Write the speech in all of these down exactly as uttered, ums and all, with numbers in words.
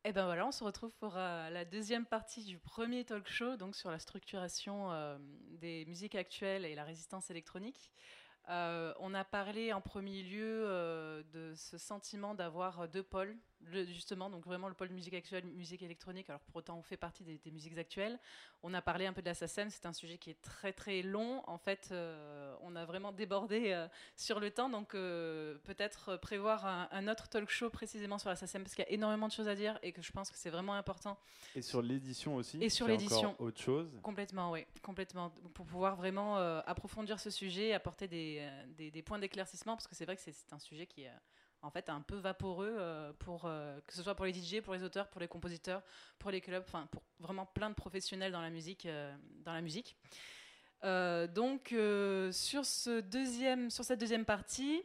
Et ben voilà, on se retrouve pour euh, la deuxième partie du premier talk show, donc sur la structuration euh, des musiques actuelles et la résistance électronique. Euh, on a parlé en premier lieu euh, de ce sentiment d'avoir deux pôles, le- justement, donc vraiment le pôle musique actuelle, musique électronique. Alors pour autant, on fait partie des, des musiques actuelles. On a parlé un peu de la S A C E M, c'est un sujet qui est très très long. En fait, euh, on a vraiment débordé euh, sur le temps, donc euh, peut-être prévoir un, un autre talk show précisément sur la S A C E M, parce qu'il y a énormément de choses à dire et que je pense que c'est vraiment important. Et sur l'édition aussi, Et sur qui est encore l'édition. autre chose. Complètement, oui, complètement. Pour pouvoir vraiment euh, approfondir ce sujet, apporter des, euh, des, des points d'éclaircissement, parce que c'est vrai que c'est, c'est un sujet qui est euh, en fait un peu vaporeux, euh, pour, euh, que ce soit pour les D J, pour les auteurs, pour les compositeurs, pour les clubs, enfin pour vraiment plein de professionnels dans la musique. Euh, dans la musique. Euh, donc euh, sur, ce deuxième, sur cette deuxième partie,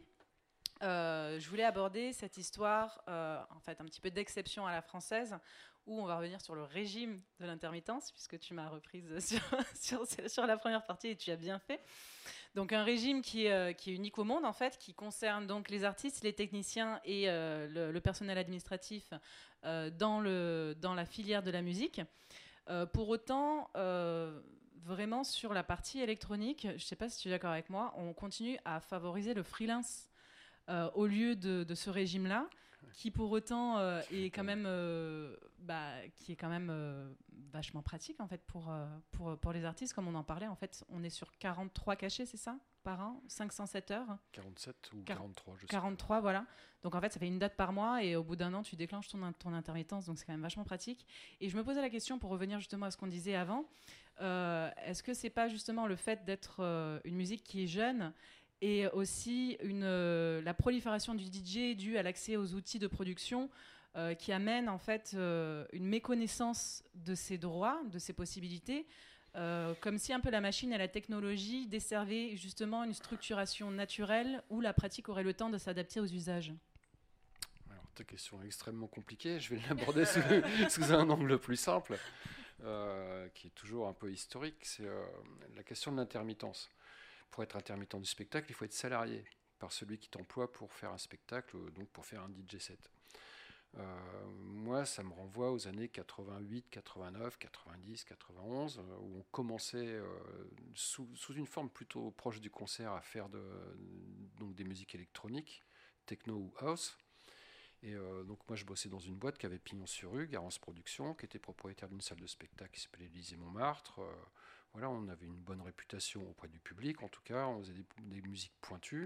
euh, je voulais aborder cette histoire, euh, en fait, un petit peu d'exception à la française, où on va revenir sur le régime de l'intermittence, puisque tu m'as reprise sur, sur, sur la première partie et tu as bien fait. Donc un régime qui est, euh, qui est unique au monde, en fait, qui concerne donc les artistes, les techniciens et euh, le, le personnel administratif euh, dans, le, dans la filière de la musique. Euh, pour autant, euh, vraiment sur la partie électronique, je ne sais pas si tu es d'accord avec moi, on continue à favoriser le freelance euh, au lieu de, de ce régime-là, qui pour autant euh, est quand même, euh, bah, qui est quand même euh, vachement pratique en fait pour, euh, pour, pour les artistes, comme on en parlait. En fait, on est sur quarante-trois cachets, c'est ça, par an, cinq cent sept heures. quarante-sept ou quarante-trois, je sais quarante-trois, plus. Voilà. Donc en fait, ça fait une date par mois et au bout d'un an, tu déclenches ton, ton intermittence, donc c'est quand même vachement pratique. Et je me posais la question, pour revenir justement à ce qu'on disait avant, euh, est-ce que c'est pas justement le fait d'être euh, une musique qui est jeune et aussi une, euh, la prolifération du D J due à l'accès aux outils de production euh, qui amène en fait euh, une méconnaissance de ses droits, de ses possibilités, euh, comme si un peu la machine et la technologie desservaient justement une structuration naturelle où la pratique aurait le temps de s'adapter aux usages. Alors, ta question est extrêmement compliquée. Je vais l'aborder sous, sous un angle plus simple, euh, qui est toujours un peu historique. C'est euh, la question de l'intermittence. Pour être intermittent du spectacle, il faut être salarié par celui qui t'emploie pour faire un spectacle, donc pour faire un D J set. Euh, moi, ça me renvoie aux années quatre-vingt-huit, quatre-vingt-neuf, quatre-vingt-dix, quatre-vingt-onze, euh, où on commençait euh, sous, sous une forme plutôt proche du concert à faire de, donc des musiques électroniques, techno ou house. Et euh, donc moi, je bossais dans une boîte qui avait pignon sur rue, Garance Productions, qui était propriétaire d'une salle de spectacle qui s'appelait l'Élysée-Montmartre. Euh, voilà, on avait une bonne réputation auprès du public, en tout cas, on faisait des, des musiques pointues.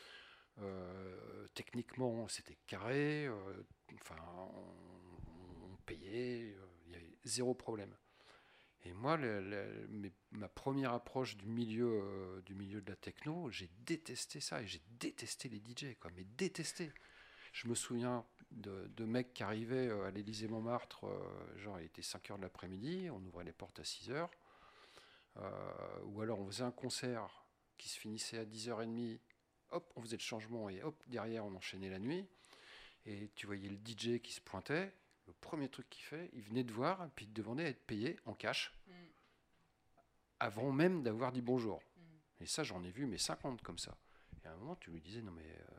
Euh, techniquement, c'était carré. Euh, enfin, on, on payait. Il y avait zéro problème. Et moi, le, le, mes, ma première approche du milieu, euh, du milieu de la techno, j'ai détesté ça et j'ai détesté les D J, quoi, mais détesté. Je me souviens de, de mecs qui arrivaient à l'Élysée-Montmartre, euh, genre il était cinq heures de l'après-midi, on ouvrait les portes à six heures, euh, ou alors on faisait un concert qui se finissait à dix heures trente, hop, on faisait le changement et hop, derrière on enchaînait la nuit, et tu voyais le D J qui se pointait, le premier truc qu'il fait, il venait te voir, et puis il te demandait à être payé en cash, mm. avant même d'avoir dit bonjour. Mm. Et ça, j'en ai vu mes cinquante comme ça. Et à un moment, tu lui disais, non mais... Euh,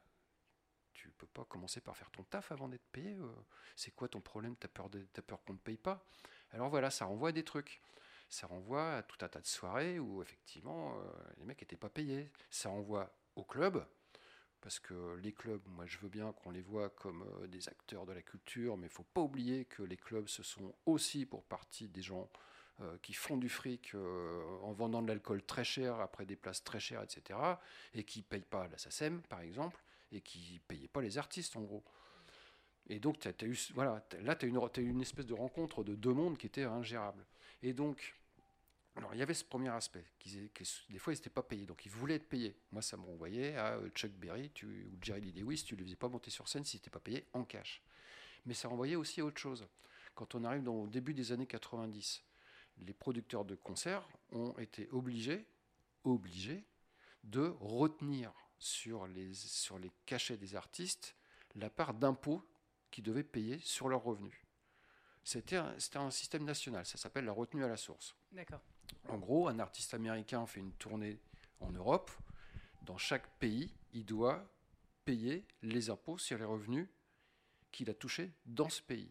tu peux pas commencer par faire ton taf avant d'être payé. Euh, c'est quoi ton problème? T'as peur, de, t'as peur qu'on ne te paye pas? Alors voilà, ça renvoie à des trucs. Ça renvoie à tout un tas de soirées où effectivement euh, les mecs n'étaient pas payés. Ça renvoie au club, parce que les clubs, moi je veux bien qu'on les voit comme euh, des acteurs de la culture, mais il ne faut pas oublier que les clubs, ce sont aussi pour partie des gens euh, qui font du fric euh, en vendant de l'alcool très cher, après des places très chères, et cetera, et qui ne payent pas la S A C E M, par exemple, et qui ne payaient pas les artistes, en gros. Et donc, t'as, t'as eu, voilà, t'as, là, tu as eu une espèce de rencontre de deux mondes qui était ingérable. Et donc, alors, il y avait ce premier aspect, qui, qui, des fois, ils n'étaient pas payés, donc ils voulaient être payés. Moi, ça me renvoyait à Chuck Berry tu, ou Jerry Lee Lewis, tu ne les faisais pas monter sur scène s'ils n'étaient pas payés en cash. Mais ça renvoyait aussi à autre chose. Quand on arrive dans, au début des années quatre-vingt-dix, les producteurs de concerts ont été obligés, obligés de retenir sur les, sur les cachets des artistes la part d'impôts qu'ils devaient payer sur leurs revenus. C'était un, c'était un système national, ça s'appelle la retenue à la source. D'accord. En gros, un artiste américain fait une tournée en Europe. Dans chaque pays, il doit payer les impôts sur les revenus qu'il a touchés dans ce pays.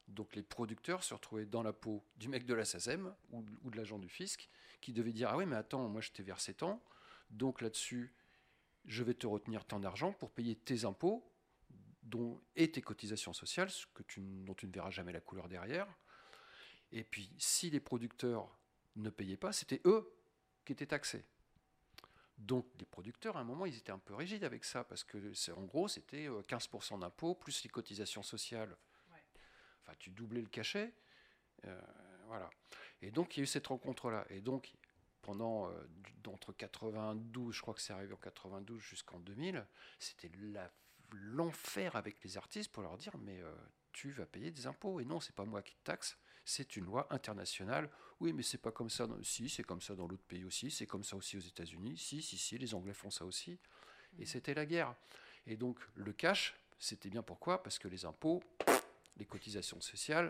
Donc les producteurs se retrouvaient dans la peau du mec de la SACEM ou, ou de l'agent du fisc qui devait dire « Ah oui, mais attends, moi je t'ai versé tant, donc là-dessus, je vais te retenir tant d'argent pour payer tes impôts dont, et tes cotisations sociales, ce que tu, dont tu ne verras jamais la couleur derrière. » Et puis, si les producteurs ne payaient pas, c'était eux qui étaient taxés. Donc les producteurs, à un moment, ils étaient un peu rigides avec ça, parce que c'est, en gros, c'était quinze pour cent d'impôts, plus les cotisations sociales. Ouais. Enfin, tu doublais le cachet. Euh, voilà. Et donc, il y a eu cette rencontre-là. Et donc, pendant, euh, entre quatre-vingt-douze, je crois que c'est arrivé en quatre-vingt-douze jusqu'en deux mille, c'était la, l'enfer avec les artistes pour leur dire, mais euh, tu vas payer des impôts. Et non, c'est pas moi qui te taxe. C'est une loi internationale. Oui, mais c'est pas comme ça. Dans... Si, c'est comme ça dans l'autre pays aussi. C'est comme ça aussi aux États-Unis. Si, si, si, les Anglais font ça aussi. Mmh. Et c'était la guerre. Et donc, le cash, c'était bien pourquoi ? Parce que les impôts, les cotisations sociales,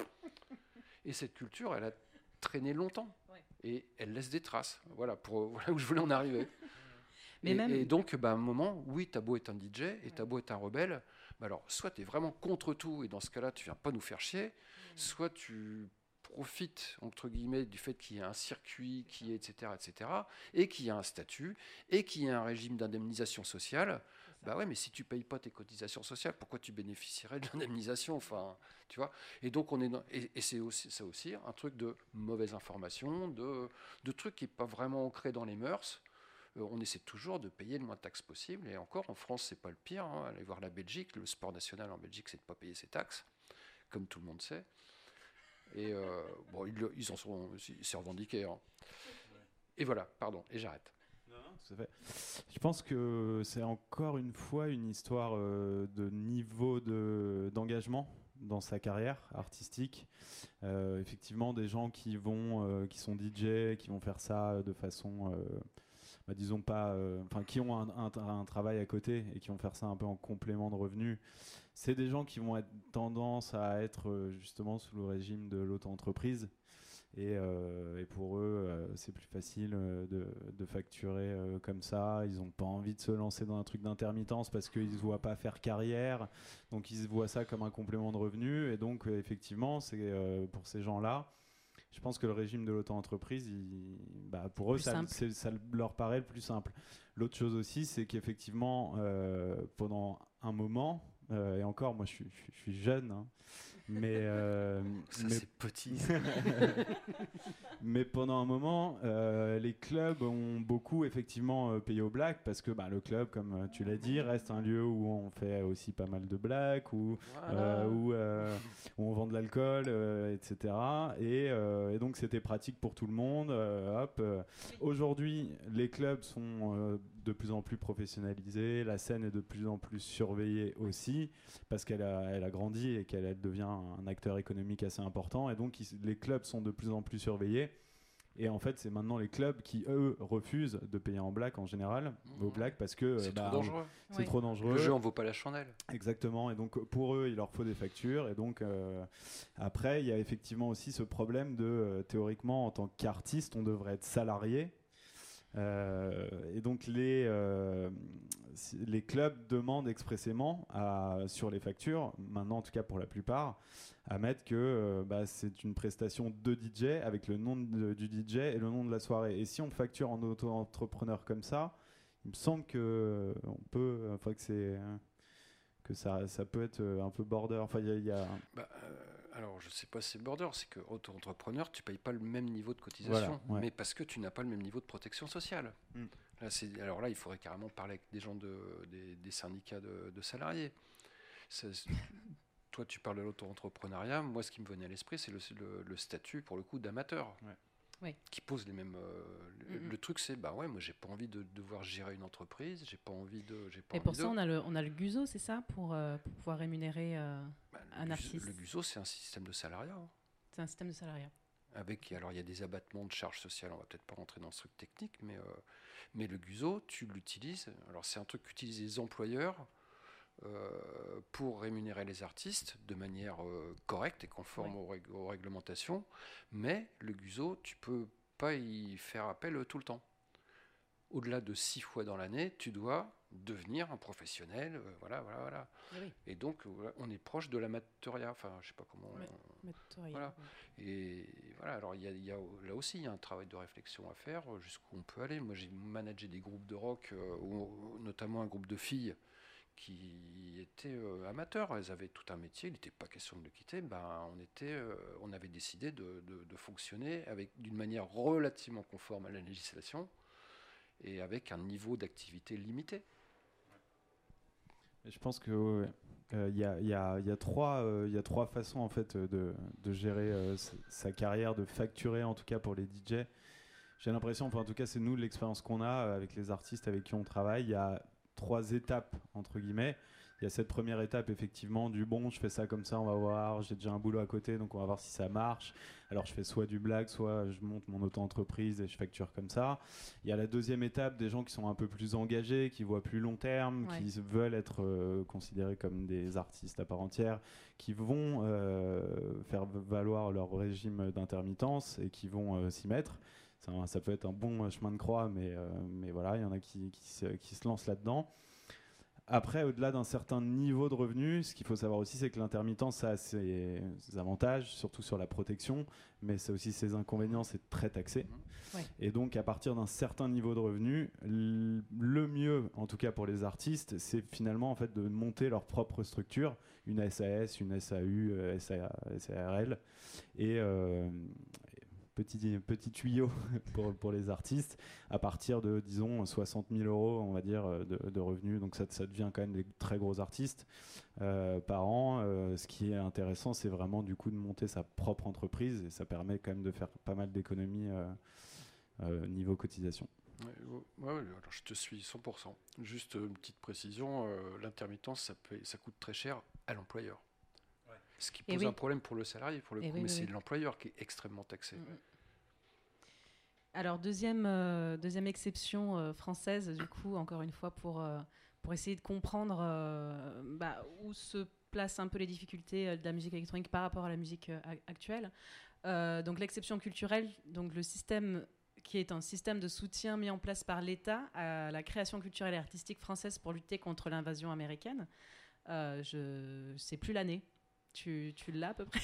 et cette culture, elle a traîné longtemps. Ouais. Et elle laisse des traces. Voilà, pour, voilà où je voulais en arriver. Mais et, même... et donc, bah, à un moment, oui, t'as beau être un D J, et t'as beau être un rebelle, bah alors, soit t'es vraiment contre tout, et dans ce cas-là, tu viens pas nous faire chier, mmh. soit tu profites, entre guillemets, du fait qu'il y ait un circuit, qui est, et cetera, et cetera, et qu'il y a un statut, et qu'il y a un régime d'indemnisation sociale. Bah ouais, mais si tu payes pas tes cotisations sociales, pourquoi tu bénéficierais de l'indemnisation ? Enfin, tu vois. Et donc, on est dans, et, et c'est aussi, ça aussi un truc de mauvaise information, de, de trucs qui n'est pas vraiment ancré dans les mœurs. Euh, on essaie toujours de payer le moins de taxes possible. Et encore, en France, c'est pas le pire. Hein. Allez voir la Belgique. Le sport national en Belgique, c'est de pas payer ses taxes, comme tout le monde sait. Et euh, bon, ils, ils en sont, c'est revendiqué. Hein. Et voilà, pardon, et j'arrête. Non, non, tout à fait. Je pense que c'est encore une fois une histoire euh, de niveau de, d'engagement dans sa carrière artistique. Euh, effectivement, des gens qui vont, euh, qui sont D J, qui vont faire ça de façon, euh, bah, disons pas, enfin, euh, qui ont un, un, un travail à côté et qui vont faire ça un peu en complément de revenus. C'est des gens qui vont être tendance à être justement sous le régime de l'auto-entreprise. Et, euh, et pour eux, euh, c'est plus facile euh, de, de facturer euh, comme ça. Ils n'ont pas envie de se lancer dans un truc d'intermittence parce qu'ils ne se voient pas faire carrière. Donc, ils voient ça comme un complément de revenu. Et donc, euh, effectivement, c'est, euh, pour ces gens-là, je pense que le régime de l'auto-entreprise, il, bah, pour eux, ça, c'est, ça leur paraît le plus simple. L'autre chose aussi, c'est qu'effectivement, euh, pendant un moment, euh, et encore, moi, je suis, je suis jeune, hein, mais euh, ça mais, c'est petit. mais pendant un moment, euh, les clubs ont beaucoup effectivement euh, payé aux blagues parce que bah, le club, comme euh, tu l'as dit, reste un lieu où on fait aussi pas mal de blagues, où, voilà. euh, où, euh, où on vend de l'alcool, euh, et cetera. Et, euh, et donc c'était pratique pour tout le monde. Euh, hop. Euh. Aujourd'hui, les clubs sont euh, de plus en plus professionnalisés, la scène est de plus en plus surveillée aussi parce qu'elle a, elle a grandi et qu'elle elle devient un acteur économique assez important et donc ils, les clubs sont de plus en plus surveillés et en fait c'est maintenant les clubs qui eux refusent de payer en black en général mmh. au black parce que c'est, bah, trop, dangereux. c'est oui. trop dangereux. Le jeu en vaut pas la chandelle. Exactement, et donc pour eux il leur faut des factures et donc euh, après il y a effectivement aussi ce problème de euh, théoriquement en tant qu'artiste on devrait être salarié. Euh, et donc les, euh, les clubs demandent expressément à, sur les factures, maintenant en tout cas pour la plupart, à mettre que euh, bah, c'est une prestation de D J avec le nom de, du D J et le nom de la soirée. Et si on facture en auto-entrepreneur comme ça, il me semble que on peut, enfin que c'est que ça, ça peut être un peu border. Enfin il y a, y a... Bah, euh... Alors, je ne sais pas si c'est border, c'est qu'auto-entrepreneur, tu ne payes pas le même niveau de cotisation, voilà, ouais. mais parce que tu n'as pas le même niveau de protection sociale. Mm. Là, c'est, alors là, il faudrait carrément parler avec des gens, de, des, des syndicats de, de salariés. C'est, toi, tu parles de l'auto-entrepreneuriat. Moi, ce qui me venait à l'esprit, c'est le, le, le statut, pour le coup, d'amateur. Ouais. Oui. Qui pose les mêmes. Euh, le, mm-hmm. le truc, c'est bah ouais, moi, j'ai pas envie de devoir gérer une entreprise, j'ai pas envie de. J'ai pas Et envie pour ça, de... on a le, on a le G U S O, c'est ça, pour, euh, pour pouvoir rémunérer euh, bah, un G U S O, artiste. Le G U S O, c'est un système de salariat. Hein. C'est un système de salariat. Avec, alors, il y a des abattements de charges sociales, on va peut-être pas rentrer dans ce truc technique, mais, euh, mais le G U S O, tu l'utilises. Alors, c'est un truc qu'utilisent les employeurs. Euh, pour rémunérer les artistes de manière euh, correcte et conforme ouais. aux, rég- aux réglementations, mais le G U S O, tu peux pas y faire appel tout le temps. Au-delà de six fois dans l'année, tu dois devenir un professionnel, euh, voilà, voilà, voilà. Oui. Et donc, euh, on est proche de l'amateuria, enfin, je sais pas comment... Ma- Matoria, Voilà. oui. Et voilà, alors il y a, il y a, là aussi, il y a un travail de réflexion à faire, euh, jusqu'où on peut aller. Moi, j'ai managé des groupes de rock, euh, où- notamment un groupe de filles qui étaient euh, amateurs. Elles avaient tout un métier, il n'était pas question de le quitter. Ben, on, était, euh, on avait décidé de, de, de fonctionner avec, d'une manière relativement conforme à la législation et avec un niveau d'activité limité. Et je pense que ouais, euh, il y, a, y, a, y, a trois, euh, y a trois façons en fait de, de gérer euh, sa, sa carrière, de facturer en tout cas pour les D J. J'ai l'impression, enfin en tout cas c'est nous l'expérience qu'on a euh, avec les artistes avec qui on travaille. Il y a trois étapes entre guillemets. Il y a cette première étape effectivement du bon, je fais ça comme ça, on va voir, j'ai déjà un boulot à côté donc on va voir si ça marche. Alors je fais soit du blague, soit je monte mon auto-entreprise et je facture comme ça. Il y a la deuxième étape des gens qui sont un peu plus engagés, qui voient plus long terme, Ouais. qui veulent être euh, considérés comme des artistes à part entière, qui vont euh, faire valoir leur régime d'intermittence et qui vont euh, s'y mettre. Ça, ça peut être un bon chemin de croix, mais, euh, mais voilà, il y en a qui, qui, se, qui se lancent là-dedans. Après, au-delà d'un certain niveau de revenus, ce qu'il faut savoir aussi, c'est que l'intermittence, ça a ses, ses avantages, surtout sur la protection, mais c'est aussi ses inconvénients, c'est très taxé. Ouais. Et donc, à partir d'un certain niveau de revenus, le mieux, en tout cas pour les artistes, c'est finalement en fait, de monter leur propre structure, une S A S, une S A U, S A R L, et... Euh, Petit, petit tuyau pour, pour les artistes, à partir de, disons, soixante mille euros, on va dire, de, de revenus. Donc ça, ça devient quand même des très gros artistes euh, par an. Euh, ce qui est intéressant, c'est vraiment du coup de monter sa propre entreprise et ça permet quand même de faire pas mal d'économies euh, euh, niveau cotisation. Ouais, ouais, ouais, alors je te suis cent pour cent. Juste une petite précision, euh, l'intermittence, ça, peut, ça coûte très cher à l'employeur. Ce qui pose oui. un problème pour le salarié, pour le Et coup, oui, mais oui, c'est oui. l'employeur qui est extrêmement taxé. Mm-hmm. Alors, deuxième, euh, deuxième exception euh, française, du coup, encore une fois, pour, euh, pour essayer de comprendre euh, bah, où se placent un peu les difficultés euh, de la musique électronique par rapport à la musique euh, actuelle. Euh, donc, l'exception culturelle, donc le système qui est un système de soutien mis en place par l'État à la création culturelle et artistique française pour lutter contre l'invasion américaine. Euh, je ne sais plus l'année. Tu, tu l'as à peu près?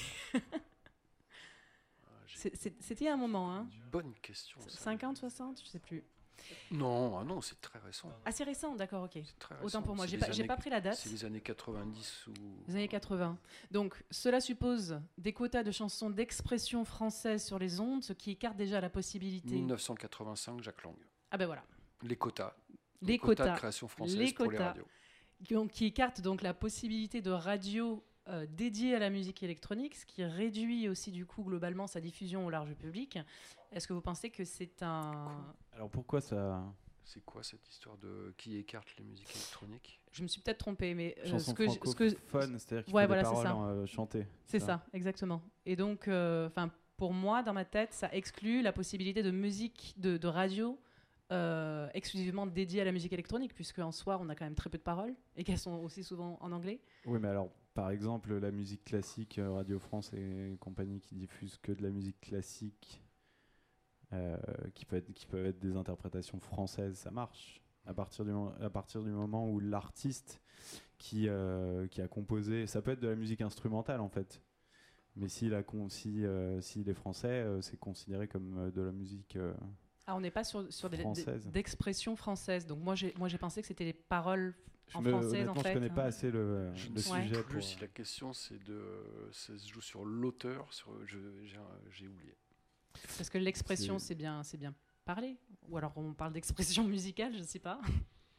C'est, c'est, c'était il y a un moment, hein. Bonne question. cinquante, soixante, je sais plus. Non, ah non, c'est très récent. Ah, c'est récent, d'accord, ok. C'est très récent. Autant pour moi, c'est j'ai pas, années, j'ai pas pris la date. C'est les années quatre-vingt-dix ou... Les années quatre-vingts. Donc, cela suppose des quotas de chansons d'expression française sur les ondes, ce qui écarte déjà la possibilité... mille neuf cent quatre-vingt-cinq, Jacques Lang. Ah ben voilà. Les quotas. Les, les quotas, quotas de création française les pour quotas, les radios. Qui, qui écartent donc la possibilité de radio euh, dédiée à la musique électronique, ce qui réduit aussi du coup globalement sa diffusion au large public. Est-ce que vous pensez que c'est un... Alors pourquoi ça... C'est quoi cette histoire de qui écarte les musiques électroniques? Je me suis peut-être trompée, mais euh, chanson ce que francophone, ce que c'est-à-dire qu'il ouais, faut voilà, des paroles c'est ça. En, euh, chantées. C'est ça. ça, exactement. Et donc, enfin, euh, pour moi, dans ma tête, ça exclut la possibilité de musique, de, de radio euh, exclusivement dédiée à la musique électronique, puisque en soi, on a quand même très peu de paroles et qu'elles sont aussi souvent en anglais. Oui, mais alors, par exemple, la musique classique, Radio France et compagnie qui diffusent que de la musique classique. Euh, qui, peut être, qui peuvent être des interprétations françaises, ça marche. À partir du, mo- à partir du moment où l'artiste qui, euh, qui a composé, ça peut être de la musique instrumentale en fait, mais s'il, a con, si, euh, s'il est français, euh, c'est considéré comme euh, de la musique euh, ah, on n'est pas sur, sur des, française. Des, d'expression française, donc moi j'ai, moi j'ai pensé que c'était les paroles je en me, française en fait. Je ne connais hein. pas assez le, je le ne sujet. sais plus pour... si la question c'est de, ça se joue sur l'auteur, sur, je, j'ai, j'ai oublié. Parce que l'expression, c'est... c'est bien, c'est bien parlé. Ou alors on parle d'expression musicale, je ne sais pas. Alors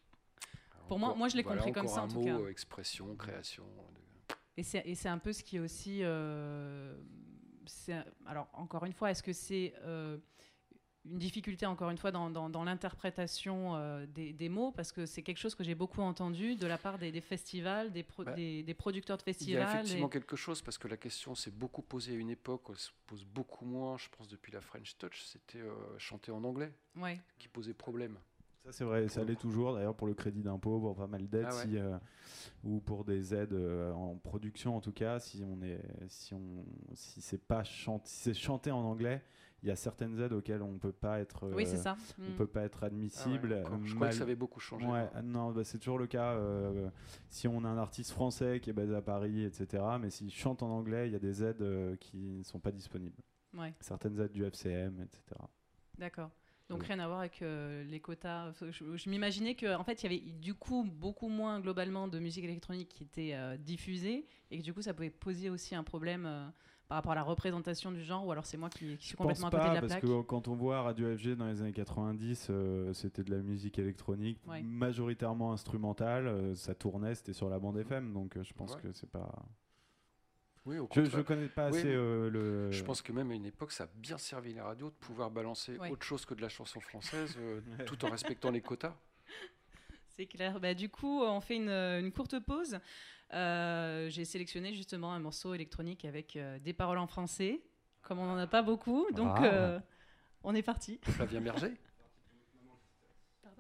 Pour encore, moi, moi, je l'ai voilà compris comme ça, un en tout mot, cas. euh, expression, création. De... Et, c'est, et c'est un peu ce qui est aussi... Euh, c'est, alors, encore une fois, est-ce que c'est euh, une difficulté, encore une fois, dans, dans, dans l'interprétation euh, des, des mots? Parce que c'est quelque chose que j'ai beaucoup entendu de la part des, des festivals, des, pro, bah, des, des producteurs de festivals. Il y festivals. a effectivement et... quelque chose, parce que la question s'est beaucoup posée à une époque, elle se pose beaucoup moins, je pense, depuis la French Touch, c'était euh, chanter en anglais ouais. qui posait problème. Ça c'est vrai, ça l'est toujours d'ailleurs pour le crédit d'impôt, pour pas mal d'aides, ah ouais. si, euh, ou pour des aides euh, en production en tout cas, si on est, si on, si c'est pas chante, si c'est chanté en anglais, il y a certaines aides auxquelles on peut pas être, Oui, c'est euh, ça. on Mm. peut pas être admissible. Ah ouais, euh, je crois mal- que ça avait beaucoup changé. Ouais, ah non, bah, c'est toujours le cas. euh, si on a un artiste français qui est basé à Paris, et cetera, mais s'il chante en anglais, il y a des aides euh, qui ne sont pas disponibles. Ouais, Certaines aides du F C M, et cetera. d'accord. Donc Oui. rien à voir avec euh, les quotas. Je, je m'imaginais qu'en fait, il y avait du coup beaucoup moins globalement de musique électronique qui était euh, diffusée et que du coup, ça pouvait poser aussi un problème euh, par rapport à la représentation du genre, ou alors c'est moi qui, qui suis Je complètement pense à côté pas, de la parce plaque. que quand on voit Radio F G dans les années quatre-vingt-dix, euh, c'était de la musique électronique, Ouais. majoritairement instrumentale. euh, ça tournait, c'était sur la bande F M, donc euh, je pense Ouais. que c'est pas. Oui, au Je, contraire. je connais pas Oui, assez euh, le. Je pense que même à une époque, ça a bien servi les radios de pouvoir balancer Ouais. autre chose que de la chanson française, euh, tout en respectant les quotas. C'est clair. Bah, du coup, on fait une, une courte pause. Euh, j'ai sélectionné justement un morceau électronique avec euh, des paroles en français, comme on n'en a pas beaucoup. Donc, Ah. euh, on est parti. Flavien Berger. Pardon ?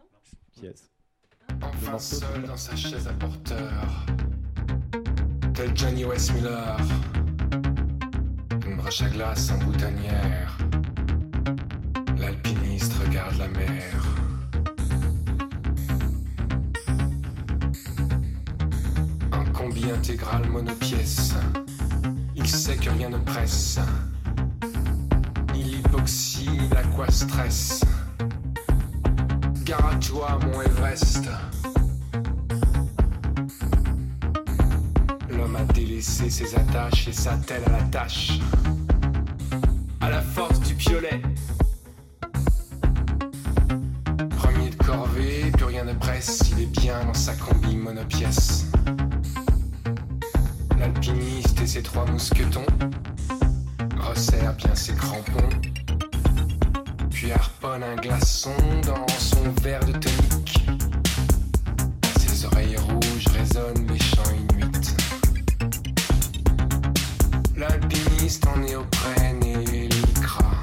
Yes. Enfin seul dans sa chaise à porteur, tel Johnny Westmiller, une broche à glace en boutonnière, l'alpiniste regarde la mer. Un combi intégral monopièce, il sait que rien ne presse, ni l'hypoxie ni l'aquastress. Gare à toi, mon Everest. L'homme a délaissé ses attaches et s'attelle à la tâche. À la force du piolet. Premier de corvée, plus rien ne presse, il est bien dans sa combi monopièce. L'alpiniste et ses trois mousquetons resserrent bien ses crampons, puis harponne un glaçon dans son verre de tonique. Ses oreilles rouges résonnent les chants inuits. L'alpiniste en néoprène et lycra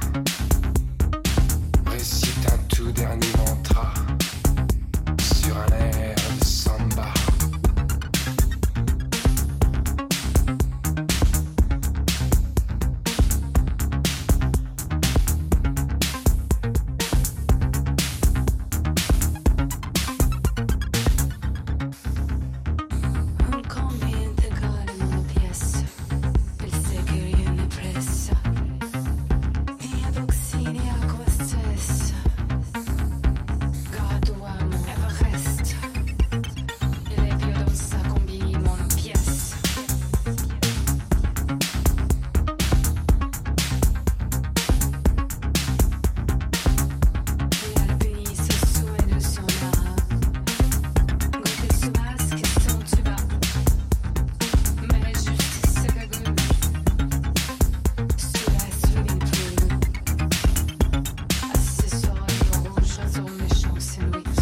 récite un tout dernier mantra sur un air de samba. Un combi intégral monopièce, il sait que rien ne presse, ni hypoxie ni aquastress. Garde à mon Everest, il est vieux dans sa combi monopièce. L'alpiniste se souvient de son art, goûter sous masque son tuba. Mais la justice se cagoule sous la swimming pool. Accessoires rouges sur méchant sandwich.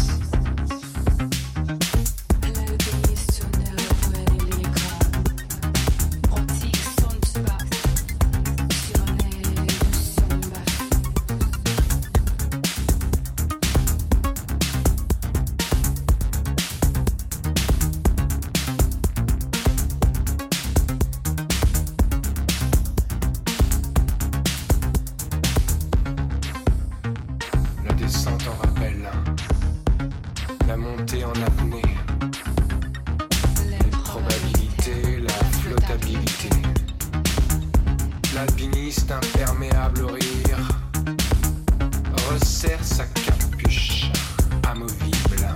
L'alpiniste ne reprenne les gras, pratique son tuba sur un air de samba. La descente en rappel, la montée en apnée, les probabilités, la flottabilité. L'alpiniste imperméable au rire resserre sa capuche amovible.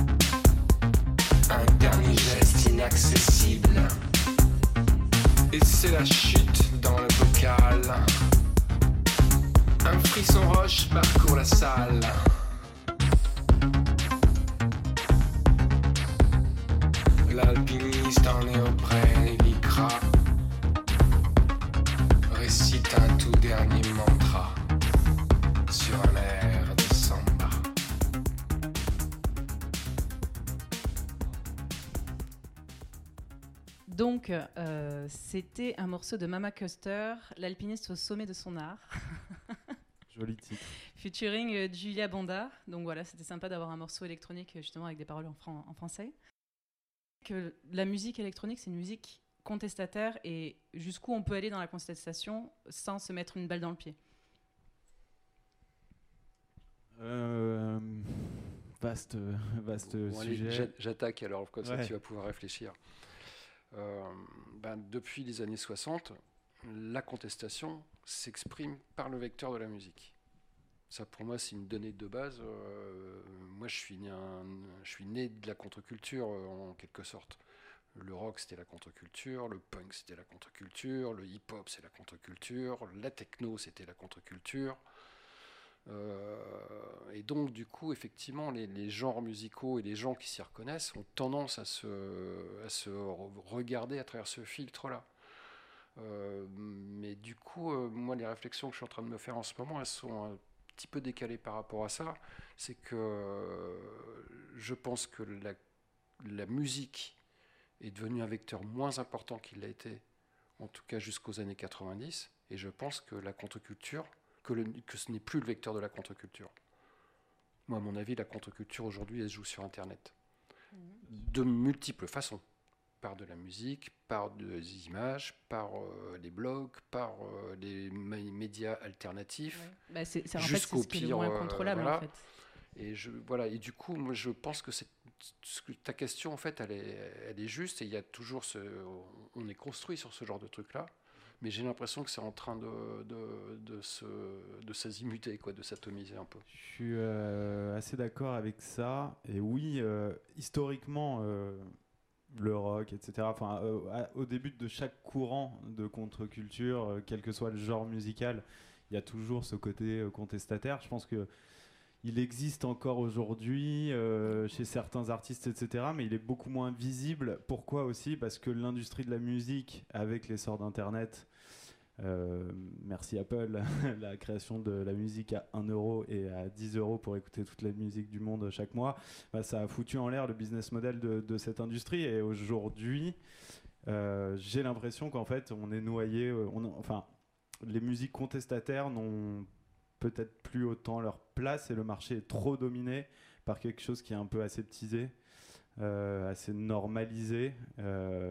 Un dernier geste inaccessible. Et c'est la chute dans le bocal. Un frisson roche parcourt la salle. L'alpiniste en néoprène et lycra récite un tout dernier mantra sur un air de samba. Donc, euh, c'était un morceau de Mama Custer, l'alpiniste au sommet de son art, Joli titre. featuring euh, Julia Banda. Donc voilà, c'était sympa d'avoir un morceau électronique euh, justement avec des paroles en, fran- en français. Que la musique électronique, c'est une musique contestataire et jusqu'où on peut aller dans la contestation sans se mettre une balle dans le pied. Euh, vaste, vaste Bon, allez, sujet. j'a- j'attaque alors, comme ça Ouais. tu vas pouvoir réfléchir. Euh, ben, depuis les années soixante, la contestation s'exprime par le vecteur de la musique. Ça, pour moi, c'est une donnée de base. Euh, moi, je suis, né un- je suis né de la contre-culture, euh, en quelque sorte. Le rock, c'était la contre-culture, le punk, c'était la contre-culture, le hip-hop, c'est la contre-culture, la techno, c'était la contre-culture. Euh, et donc, du coup, effectivement, les, les genres musicaux et les gens qui s'y reconnaissent ont tendance à se, à se re- regarder à travers ce filtre-là. Euh, mais du coup, euh, moi, les réflexions que je suis en train de me faire en ce moment, elles sont un petit peu décalées par rapport à ça. C'est que euh, je pense que la, la musique est devenue un vecteur moins important qu'il l'a été, en tout cas jusqu'aux années quatre-vingt-dix. Et je pense que la contre-culture, que, le- que ce n'est plus le vecteur de la contre-culture. Moi, à mon avis, la contre-culture aujourd'hui, elle se joue sur Internet. De multiples façons. Par de la musique, par des images, par euh, les blogs, par euh, les mé- médias alternatifs. Ouais. Bah, c'est, c'est- en fait, Jusqu'au c'est ce qui est le pire, moins euh, contrôlable, voilà. en fait. Et, je, voilà, et du coup, moi, je pense que, c'est, ce que ta question, en fait, elle est, elle est juste. Et il y a toujours ce, on est construit sur ce genre de truc-là. Mais j'ai l'impression que c'est en train de, de, de, se, de s'azimuter, quoi, de s'atomiser un peu. Je suis euh, assez d'accord avec ça. Et oui, euh, historiquement, euh, le rock, et cetera. Enfin, euh, à- au début de chaque courant de contre-culture, euh, quel que soit le genre musical, il y a toujours ce côté euh, contestataire. Je pense que il existe encore aujourd'hui euh, chez certains artistes, et cetera. Mais il est beaucoup moins visible. Pourquoi aussi ? Parce que l'industrie de la musique, avec l'essor d'Internet, euh, merci Apple, la création de la musique à un euro et à dix euros pour écouter toute la musique du monde chaque mois, bah, ça a foutu en l'air le business model de, de cette industrie. Et aujourd'hui, euh, j'ai l'impression qu'en fait, on est noyé. euh, On, enfin, les musiques contestataires n'ont peut-être plus autant leur place et le marché est trop dominé par quelque chose qui est un peu aseptisé, euh, assez normalisé. Euh,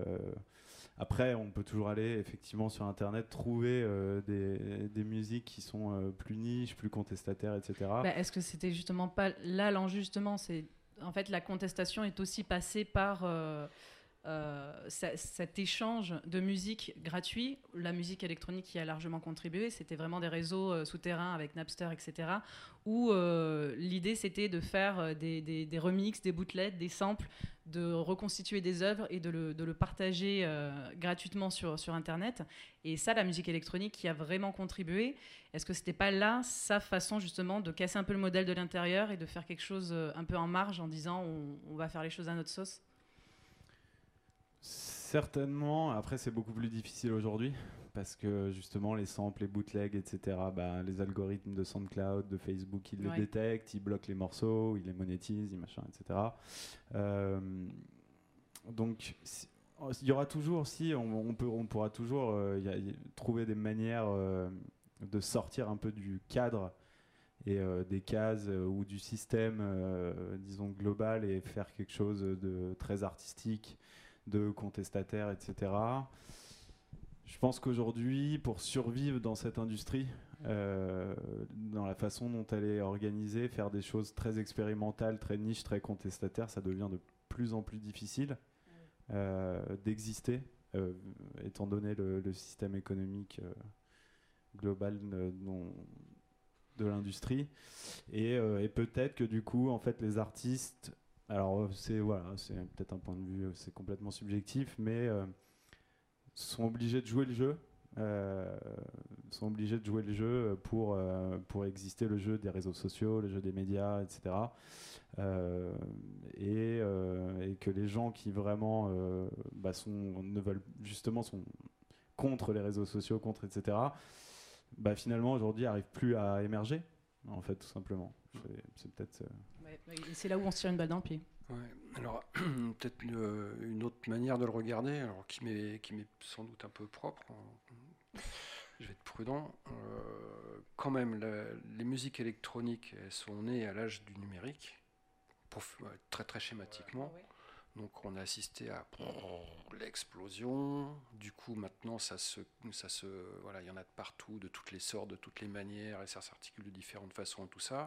après, on peut toujours aller effectivement sur Internet trouver euh, des, des musiques qui sont euh, plus niches, plus contestataires, et cetera. Bah, est-ce que c'était justement pas là l'enjeu, justement, c'est en fait la contestation est aussi passée par euh, euh, ça- cet échange de musique gratuit, la musique électronique qui a largement contribué, c'était vraiment des réseaux euh, souterrains avec Napster, et cetera, où euh, l'idée c'était de faire euh, des, des, des remixes, des bootlets, des samples, de reconstituer des œuvres et de le, de le partager euh, gratuitement sur, sur Internet. Et ça, la musique électronique qui a vraiment contribué, est-ce que c'était pas là sa façon justement de casser un peu le modèle de l'intérieur et de faire quelque chose euh, un peu en marge en disant on, on va faire les choses à notre sauce? Certainement. Après, c'est beaucoup plus difficile aujourd'hui parce que justement, les samples, les bootlegs, et cetera, bah, les algorithmes de SoundCloud, de Facebook, ils Ouais. les détectent, ils bloquent les morceaux, ils les monétisent, ils machin, et cetera. Euh, donc, si- il y aura toujours, si, on, on, peut, on pourra toujours euh, y a- y- trouver des manières euh, de sortir un peu du cadre et euh, des cases euh, ou du système, euh, disons, global et faire quelque chose de très artistique, de contestataire, et cetera. Je pense qu'aujourd'hui, pour survivre dans cette industrie, euh, dans la façon dont elle est organisée, faire des choses très expérimentales, très niches, très contestataires, ça devient de plus en plus difficile euh, d'exister, euh, étant donné le, le système économique euh, global de, dont- de l'industrie. Et, euh, et peut-être que du coup, en fait, les artistes, alors c'est voilà, c'est peut-être un point de vue, c'est complètement subjectif, mais euh, sont obligés de jouer le jeu, euh, sont obligés de jouer le jeu pour euh, pour exister, le jeu des réseaux sociaux, le jeu des médias, et cetera. Euh, et, euh, et que les gens qui vraiment euh, bah, sont ne veulent justement sont contre les réseaux sociaux, contre et cetera. Bah, finalement aujourd'hui n'arrivent plus à émerger, en fait, tout simplement. C'est, c'est peut-être euh, Ouais, et c'est là où on se tire une balle dans le pied. Ouais. Alors, peut-être une, une autre manière de le regarder, alors qui m'est, qui m'est sans doute un peu propre, hein. Je vais être prudent. Euh, quand même, la- les musiques électroniques, elles sont nées à l'âge du numérique, pour, f- ouais, très très schématiquement. Donc on a assisté à l'explosion. Du coup, maintenant, ça se, ça se, voilà, il y en a de partout, de toutes les sortes, de toutes les manières, et ça s'articule de différentes façons, tout ça.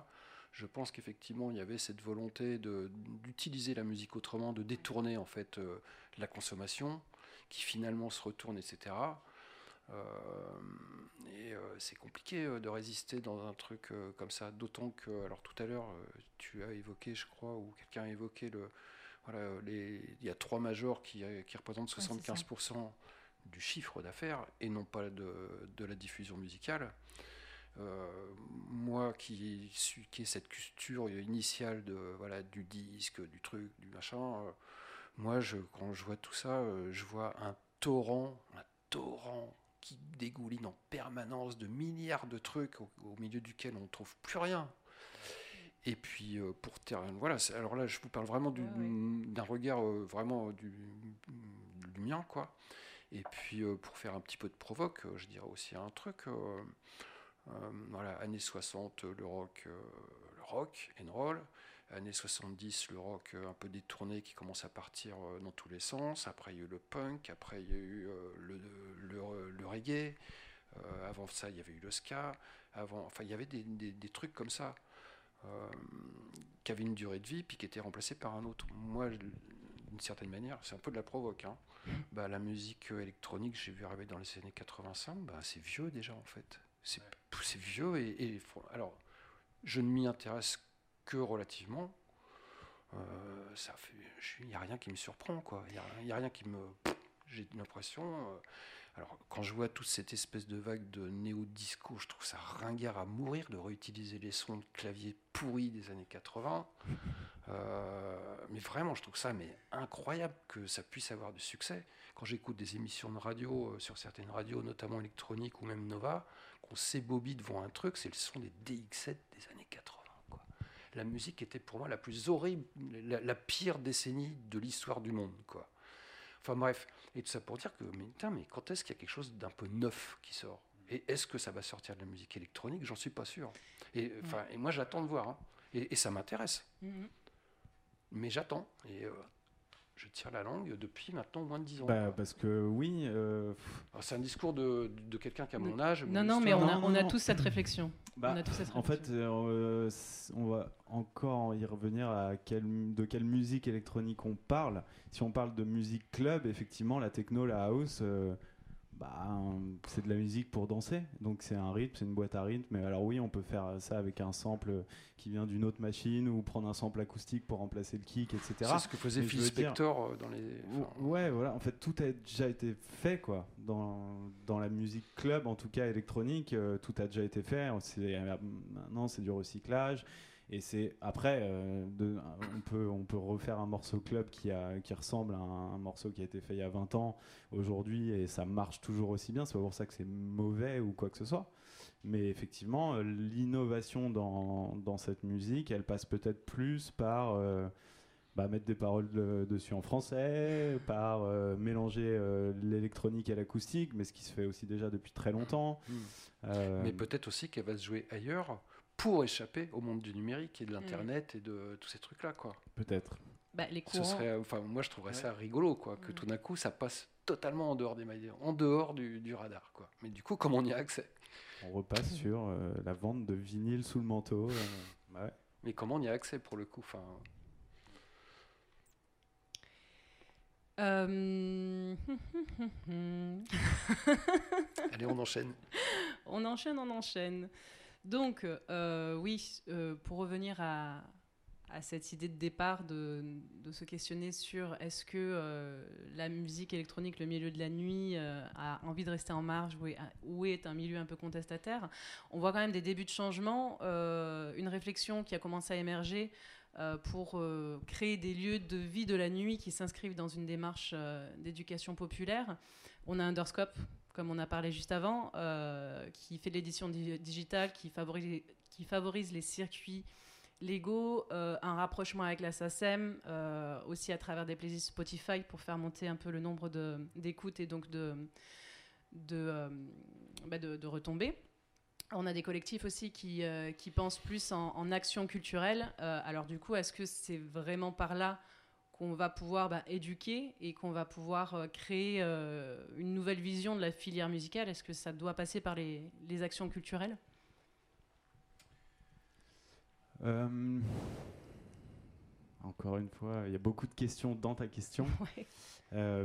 Je pense qu'effectivement, il y avait cette volonté de, d'utiliser la musique autrement, de détourner en fait euh, la consommation, qui finalement se retourne, et cetera. Euh, et euh, c'est compliqué euh, de résister dans un truc euh, comme ça, d'autant que, alors tout à l'heure, euh, tu as évoqué, je crois, ou quelqu'un a évoqué, le, voilà, les, il y a trois majors qui, qui représentent soixante-quinze pour cent du chiffre d'affaires et non pas de, de la diffusion musicale. Euh, moi qui suis qui ai cette culture initiale de voilà du disque, du truc, du machin, euh, moi je, quand je vois tout ça, euh, je vois un torrent, un torrent qui dégouline en permanence de milliards de trucs au, au milieu duquel on ne trouve plus rien. Et puis euh, pour terminer, voilà, c'est, alors là je vous parle vraiment du, ouais, ouais. d'un regard euh, vraiment du, du mien, quoi. Et puis euh, pour faire un petit peu de provoque, euh, je dirais aussi un truc. Euh, Euh, voilà, années soixante, le rock, euh, le rock, and roll. Années soixante-dix, le rock euh, un peu détourné qui commence à partir euh, dans tous les sens. Après, il y a eu le punk. Après, il y a eu euh, le, le, le reggae. Euh, avant ça, il y avait eu le ska. Avant, enfin, il y avait des, des, des trucs comme ça euh, qui avaient une durée de vie puis qui étaient remplacés par un autre. Moi, d'une certaine manière, c'est un peu de la provoque. Hein. Bah, la musique électronique, j'ai vu arriver dans les années quatre-vingt-cinq, bah, c'est vieux déjà en fait. C'est, c'est vieux et, et alors je ne m'y intéresse que relativement. Euh, ça fait, il n'y a rien qui me surprend, quoi. Il n'y a, a rien qui me, j'ai l'impression. Euh, alors quand je vois toute cette espèce de vague de néo-disco, je trouve ça ringard à mourir de réutiliser les sons de clavier pourris des années quatre-vingts. Euh, mais vraiment, je trouve ça mais incroyable que ça puisse avoir du succès. Quand j'écoute des émissions de radio euh, sur certaines radios, notamment électroniques ou même Nova, qu'on s'ébobie devant un truc, c'est le son des D X sept des années quatre-vingts, quoi. La musique était pour moi la plus horrible, la, la pire décennie de l'histoire du monde, quoi. Enfin bref, et tout ça pour dire que mais, putain, mais quand est-ce qu'il y a quelque chose d'un peu neuf qui sort ? Et est-ce que ça va sortir de la musique électronique ? J'en suis pas sûr. Et, enfin, et moi j'attends de voir, hein. et, et ça m'intéresse. Mm-hmm. Mais j'attends, et euh, je tire la langue depuis maintenant moins de dix ans. Bah, parce que oui... Euh... Alors, c'est un discours de, de quelqu'un qui a mon âge. Non, non, mais on a, on a tous cette réflexion. Bah, on a tous cette en fait, euh, on va encore y revenir à quelle, de quelle musique électronique on parle. Si on parle de musique club, effectivement, la techno, la house... Euh, Bah, c'est de la musique pour danser, donc c'est un rythme, c'est une boîte à rythme. Mais alors oui, on peut faire ça avec un sample qui vient d'une autre machine ou prendre un sample acoustique pour remplacer le kick, et cetera. C'est ce que faisait Phil Spector dire, dans les. Enfin, ouais, voilà. En fait, tout a déjà été fait, quoi. Dans dans la musique club, en tout cas électronique, euh, tout a déjà été fait. C'est, maintenant, c'est du recyclage. Et c'est après, euh, de, on, peut, on peut refaire un morceau club qui, a, qui ressemble à un, un morceau qui a été fait il y a vingt ans aujourd'hui et ça marche toujours aussi bien. C'est pas pour ça que c'est mauvais ou quoi que ce soit. Mais effectivement, l'innovation dans, dans cette musique, elle passe peut-être plus par euh, bah, mettre des paroles de, dessus en français, par euh, mélanger euh, l'électronique et l'acoustique, mais ce qui se fait aussi déjà depuis très longtemps. Mmh. Euh, mais peut-être aussi qu'elle va se jouer ailleurs pour échapper au monde du numérique et de l'internet mmh. et de tous ces trucs là, quoi. Peut-être. Bah, les courants... Ce serait, enfin moi je trouverais ouais. ça rigolo, quoi, que mmh. tout d'un coup ça passe totalement en dehors des médias, en dehors du, du radar, quoi. Mais du coup, comment on y a accès ? On repasse sur euh, la vente de vinyle sous le manteau. Euh, bah ouais. Mais comment on y a accès pour le coup, enfin. Euh... Allez, on enchaîne. On enchaîne, on enchaîne. Donc, euh, oui, euh, pour revenir à, à cette idée de départ de, de se questionner sur est-ce que euh, la musique électronique, le milieu de la nuit, euh, a envie de rester en marge ou est, ou est un milieu un peu contestataire, on voit quand même des débuts de changement, euh, une réflexion qui a commencé à émerger euh, pour euh, créer des lieux de vie de la nuit qui s'inscrivent dans une démarche euh, d'éducation populaire. On a Underscope, comme on a parlé juste avant, euh, qui fait de l'édition di- digitale, qui favorise, qui favorise les circuits légaux, euh, un rapprochement avec la SACEM, euh, aussi à travers des playlists Spotify pour faire monter un peu le nombre de, d'écoutes et donc de, de, euh, bah de, de retombées. On a des collectifs aussi qui, euh, qui pensent plus en, en action culturelle. Euh, alors du coup, est-ce que c'est vraiment par là qu'on va pouvoir bah, éduquer et qu'on va pouvoir euh, créer euh, une nouvelle vision de la filière musicale ? Est-ce que ça doit passer par les, les actions culturelles ? Euh, Encore une fois, il y a beaucoup de questions dans ta question. Ouais. Euh,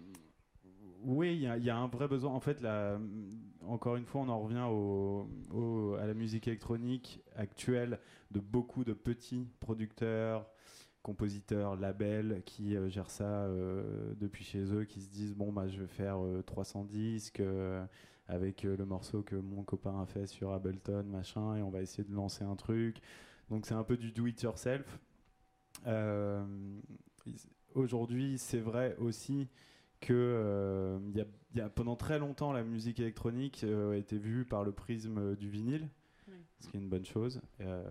oui, il y, a- il y a un vrai besoin. En fait, la- encore une fois, on en revient au- au- à la musique électronique actuelle de beaucoup de petits producteurs, compositeurs, labels qui euh, gèrent ça euh, depuis chez eux, qui se disent bon bah je vais faire euh, trois cents disques euh, avec euh, le morceau que mon copain a fait sur Ableton machin et on va essayer de lancer un truc. Donc c'est un peu du do it yourself. Euh, Aujourd'hui, c'est vrai aussi que euh, y a, y a, pendant très longtemps, la musique électronique euh, a été vue par le prisme du vinyle, Oui. ce qui est une bonne chose, euh,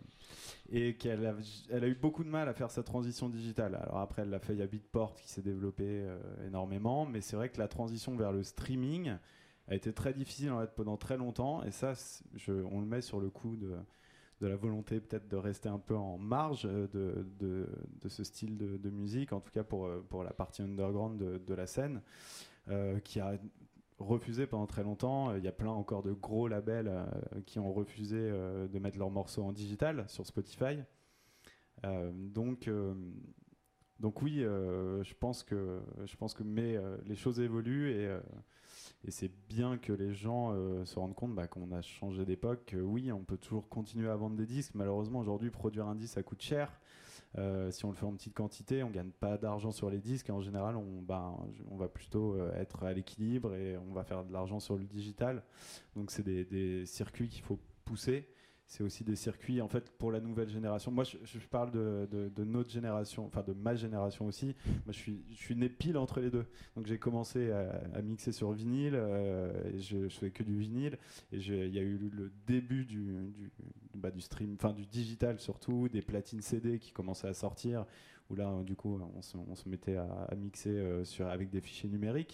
et qu'elle a, elle a eu beaucoup de mal à faire sa transition digitale. Alors après, elle l'a fait, il y a Beatport qui s'est développé euh, énormément, mais c'est vrai que la transition vers le streaming a été très difficile en fait, pendant très longtemps, et ça, je, on le met sur le coup de de la volonté peut-être de rester un peu en marge de, de, de ce style de, de musique, en tout cas pour, pour la partie underground de, de la scène, euh, qui a refusé pendant très longtemps. Il y a plein encore de gros labels euh, qui ont refusé euh, de mettre leurs morceaux en digital sur Spotify. Euh, donc, euh, donc oui, euh, je pense que, je pense que mais, euh, les choses évoluent et... Euh, Et c'est bien que les gens euh, se rendent compte bah, qu'on a changé d'époque. Que oui, on peut toujours continuer à vendre des disques. Malheureusement, aujourd'hui, produire un disque, ça coûte cher. Euh, si on le fait en petite quantité, on ne gagne pas d'argent sur les disques. Et en général, on, bah, on va plutôt euh, être à l'équilibre et on va faire de l'argent sur le digital. Donc, c'est des, des circuits qu'il faut pousser. C'est aussi des circuits, en fait, pour la nouvelle génération. Moi, je, je parle de, de, de notre génération, enfin de ma génération aussi. Moi, je suis, je suis né pile entre les deux. Donc, j'ai commencé à, à mixer sur vinyle. Euh, et je, je fais que du vinyle. Et il y a eu le début du, du, bah, du stream, enfin du digital surtout, des platines C D qui commençaient à sortir. Où là, du coup, on se, on se mettait à, à mixer euh, sur, avec des fichiers numériques.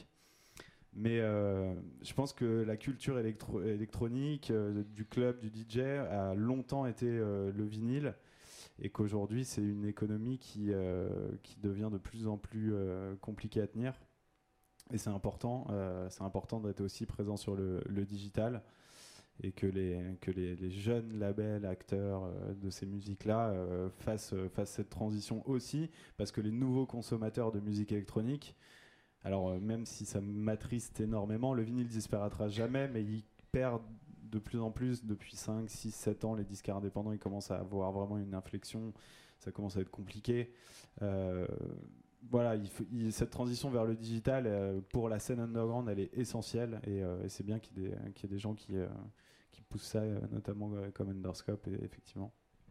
Mais euh, je pense que la culture électro- électronique, euh, du club, du D J, a longtemps été euh, le vinyle et qu'aujourd'hui, c'est une économie qui, euh, qui devient de plus en plus euh, compliquée à tenir. Et c'est important, euh, c'est important d'être aussi présent sur le, le digital et que les, que les, les jeunes labels, acteurs euh, de ces musiques-là euh, fassent, fassent cette transition aussi, parce que les nouveaux consommateurs de musique électronique, alors euh, même si ça m'attriste énormément, le vinyle disparaîtra jamais, mais il perd de plus en plus depuis cinq, six, sept ans. Les disques indépendants, ils commencent à avoir vraiment une inflexion, ça commence à être compliqué. Euh, voilà, il faut, il, cette transition vers le digital, euh, pour la scène underground, elle est essentielle, et, euh, et c'est bien qu'il y ait des, qu'il y ait des gens qui, euh, qui poussent ça, euh, notamment euh, comme Underscope, et, effectivement.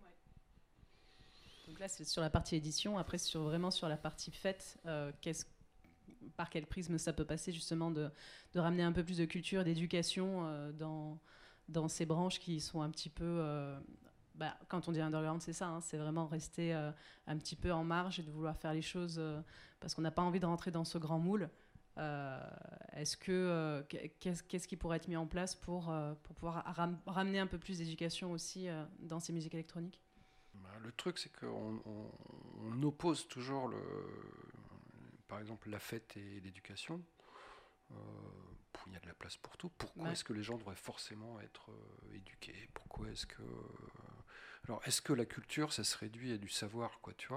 Donc là, c'est sur la partie édition. Après, sur, vraiment sur la partie fête, euh, qu'est-ce par quel prisme ça peut passer justement de, de ramener un peu plus de culture, d'éducation euh, dans, dans ces branches qui sont un petit peu... Euh, bah, quand on dit underground, c'est ça, hein, c'est vraiment rester euh, un petit peu en marge et de vouloir faire les choses euh, parce qu'on n'a pas envie de rentrer dans ce grand moule. Euh, est-ce que, euh, qu'est-ce, qu'est-ce qui pourrait être mis en place pour, euh, pour pouvoir ram- ramener un peu plus d'éducation aussi euh, dans ces musiques électroniques ? Le truc, c'est qu'on on, on oppose toujours le... Par exemple, la fête et l'éducation, euh, il y a de la place pour tout. Pourquoi ouais. est-ce que les gens devraient forcément être euh, éduqués ? Pourquoi est-ce que... Alors, est-ce que la culture, ça se réduit à du savoir, quoi, tu vois ?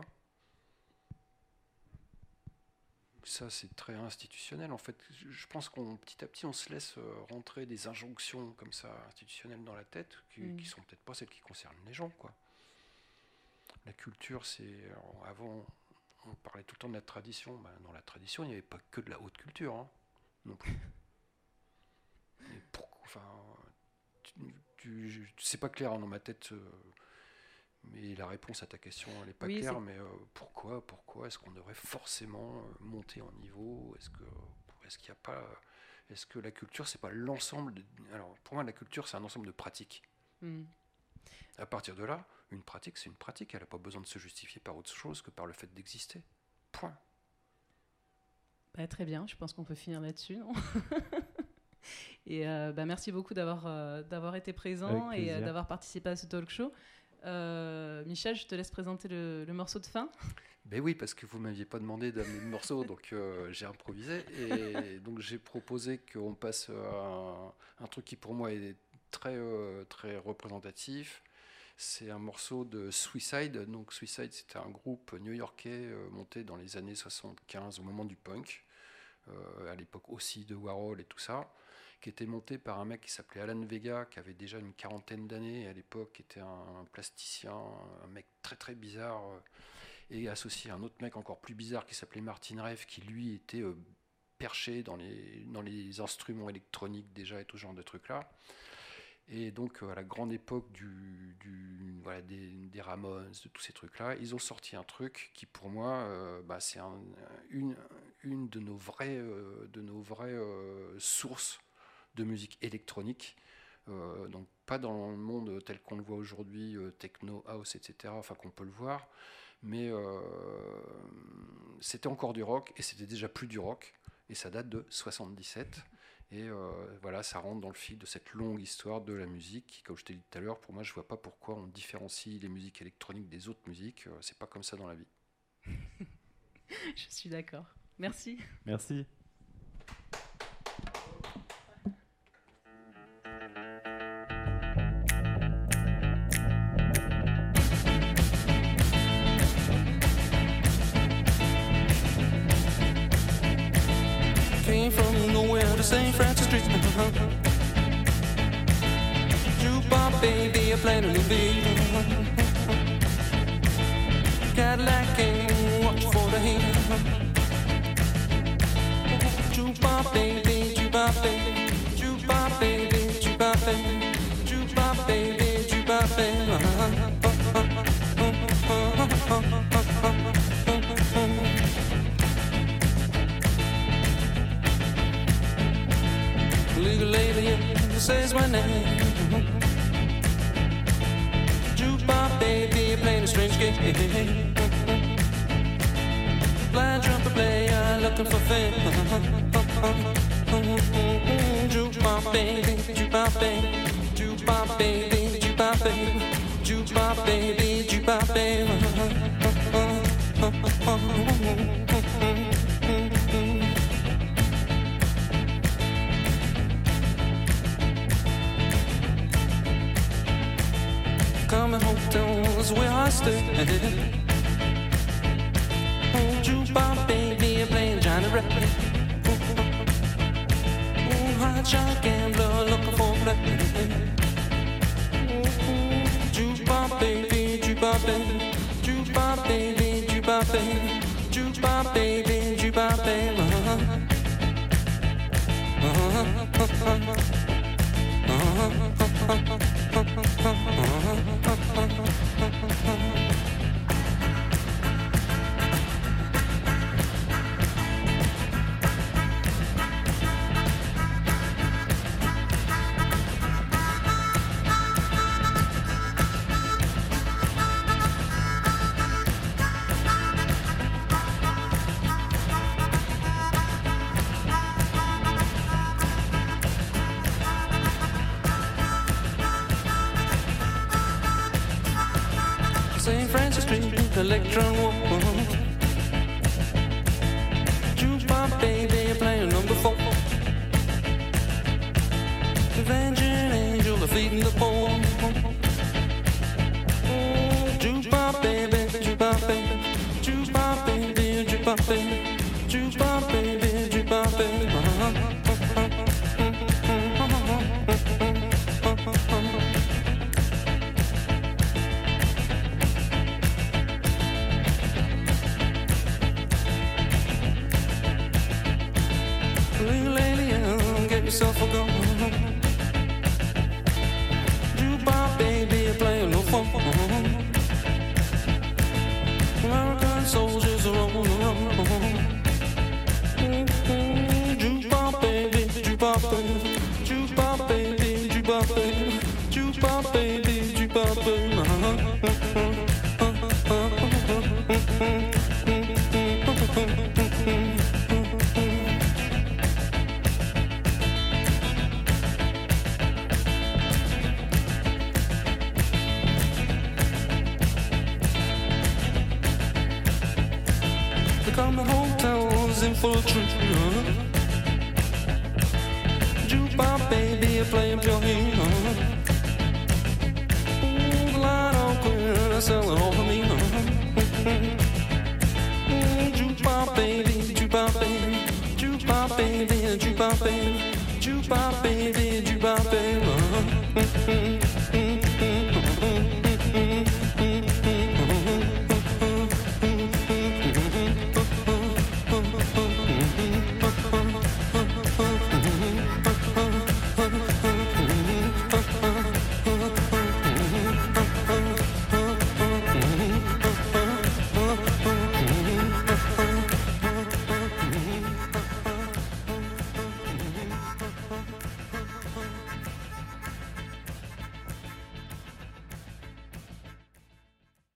Ça, c'est très institutionnel, en fait. Je pense qu'on, petit à petit, on se laisse rentrer des injonctions comme ça, institutionnelles dans la tête, qui, mmh. qui sont peut-être pas celles qui concernent les gens, quoi. La culture, c'est... Alors, avant... On parlait tout le temps de la tradition. Ben, dans la tradition, il n'y avait pas que de la haute culture, hein, non plus. Et pourquoi, enfin, tu, tu, c'est pas clair hein, dans ma tête, euh, mais la réponse à ta question, elle n'est pas oui, claire. C'est... Mais euh, pourquoi, pourquoi est-ce qu'on devrait forcément monter en niveau ? Est-ce que, est-ce qu'il y a pas, est-ce que la culture, c'est pas l'ensemble de, alors, pour moi, la culture, c'est un ensemble de pratiques. Mm. À partir de là, une pratique, c'est une pratique. Elle n'a pas besoin de se justifier par autre chose que par le fait d'exister. Point. Bah, très bien, je pense qu'on peut finir là-dessus, non ? Et euh, bah, merci beaucoup d'avoir, euh, d'avoir été présent et euh, d'avoir participé à ce talk show. Euh, Michel, je te laisse présenter le, le morceau de fin. Ben oui, parce que vous ne m'aviez pas demandé d'amener le morceau, donc euh, j'ai improvisé. Et donc j'ai proposé qu'on passe à un, un truc qui pour moi est très, euh, très représentatif. C'est un morceau de Suicide. Donc Suicide, c'était un groupe new-yorkais euh, monté dans les années soixante-quinze, au moment du punk, euh, à l'époque aussi de Warhol et tout ça, qui était monté par un mec qui s'appelait Alan Vega, qui avait déjà une quarantaine d'années, et à l'époque qui était un, un plasticien, un mec très très bizarre, euh, et associé à un autre mec encore plus bizarre qui s'appelait Martin Reif, qui lui était euh, perché dans les, dans les instruments électroniques déjà et tout ce genre de trucs-là. Et donc, à la grande époque du, du, voilà, des, des Ramones, de tous ces trucs-là, ils ont sorti un truc qui, pour moi, euh, bah, c'est un, une, une de nos vraies, euh, de nos vraies euh, sources de musique électronique. Euh, donc, pas dans le monde tel qu'on le voit aujourd'hui, euh, techno, house, et cetera, enfin qu'on peut le voir, mais euh, c'était encore du rock, et c'était déjà plus du rock, et ça date de soixante-dix-sept. Et euh, voilà, ça rentre dans le fil de cette longue histoire de la musique qui, comme je t'ai dit tout à l'heure, pour moi, je vois pas pourquoi on différencie les musiques électroniques des autres musiques. Euh, c'est pas comme ça dans la vie. Je suis d'accord. Merci. Merci. Came from nowhere to Saint Francis Street. Jukebox baby, I played a new beat. Cadillac came, watch for the heat. Jukebox baby, jukebox baby, jukebox baby, jukebox baby, jukebox baby, jukebox baby. Legal lady, yeah, says my name. Jukebox baby, playing a strange game. Blind trumpet player, looking for fame. Jukebox baby, jukebox baby, jukebox baby, jukebox baby, jukebox baby, jukebox baby. Coming hotels where I stay. Oh, jukebox baby, playing Johnny Ray. Oh, hot shot gambler looking for play. Jukebox baby, jukebox baby, jukebox baby, jukebox baby, jukebox baby, jukebox baby. Uh-huh. Uh-huh. Saint Francis Street, Electron Woman. Jukebox baby, playing number four. Avenging angel, feeding the poor. Jukebox baby, jukebox baby, jukebox baby, jukebox baby, jukebox baby, jukebox baby. Yourself a go. Jukebox baby, playing no phone. American soldiers are on the run. Jukebox baby, jukebox baby, jukebox baby, jukebox baby, jukebox baby, jukebox baby. Coming hotels in full truth. Jukebox baby, playing pure heat. Ooh, the line jukebox baby, jukebox baby.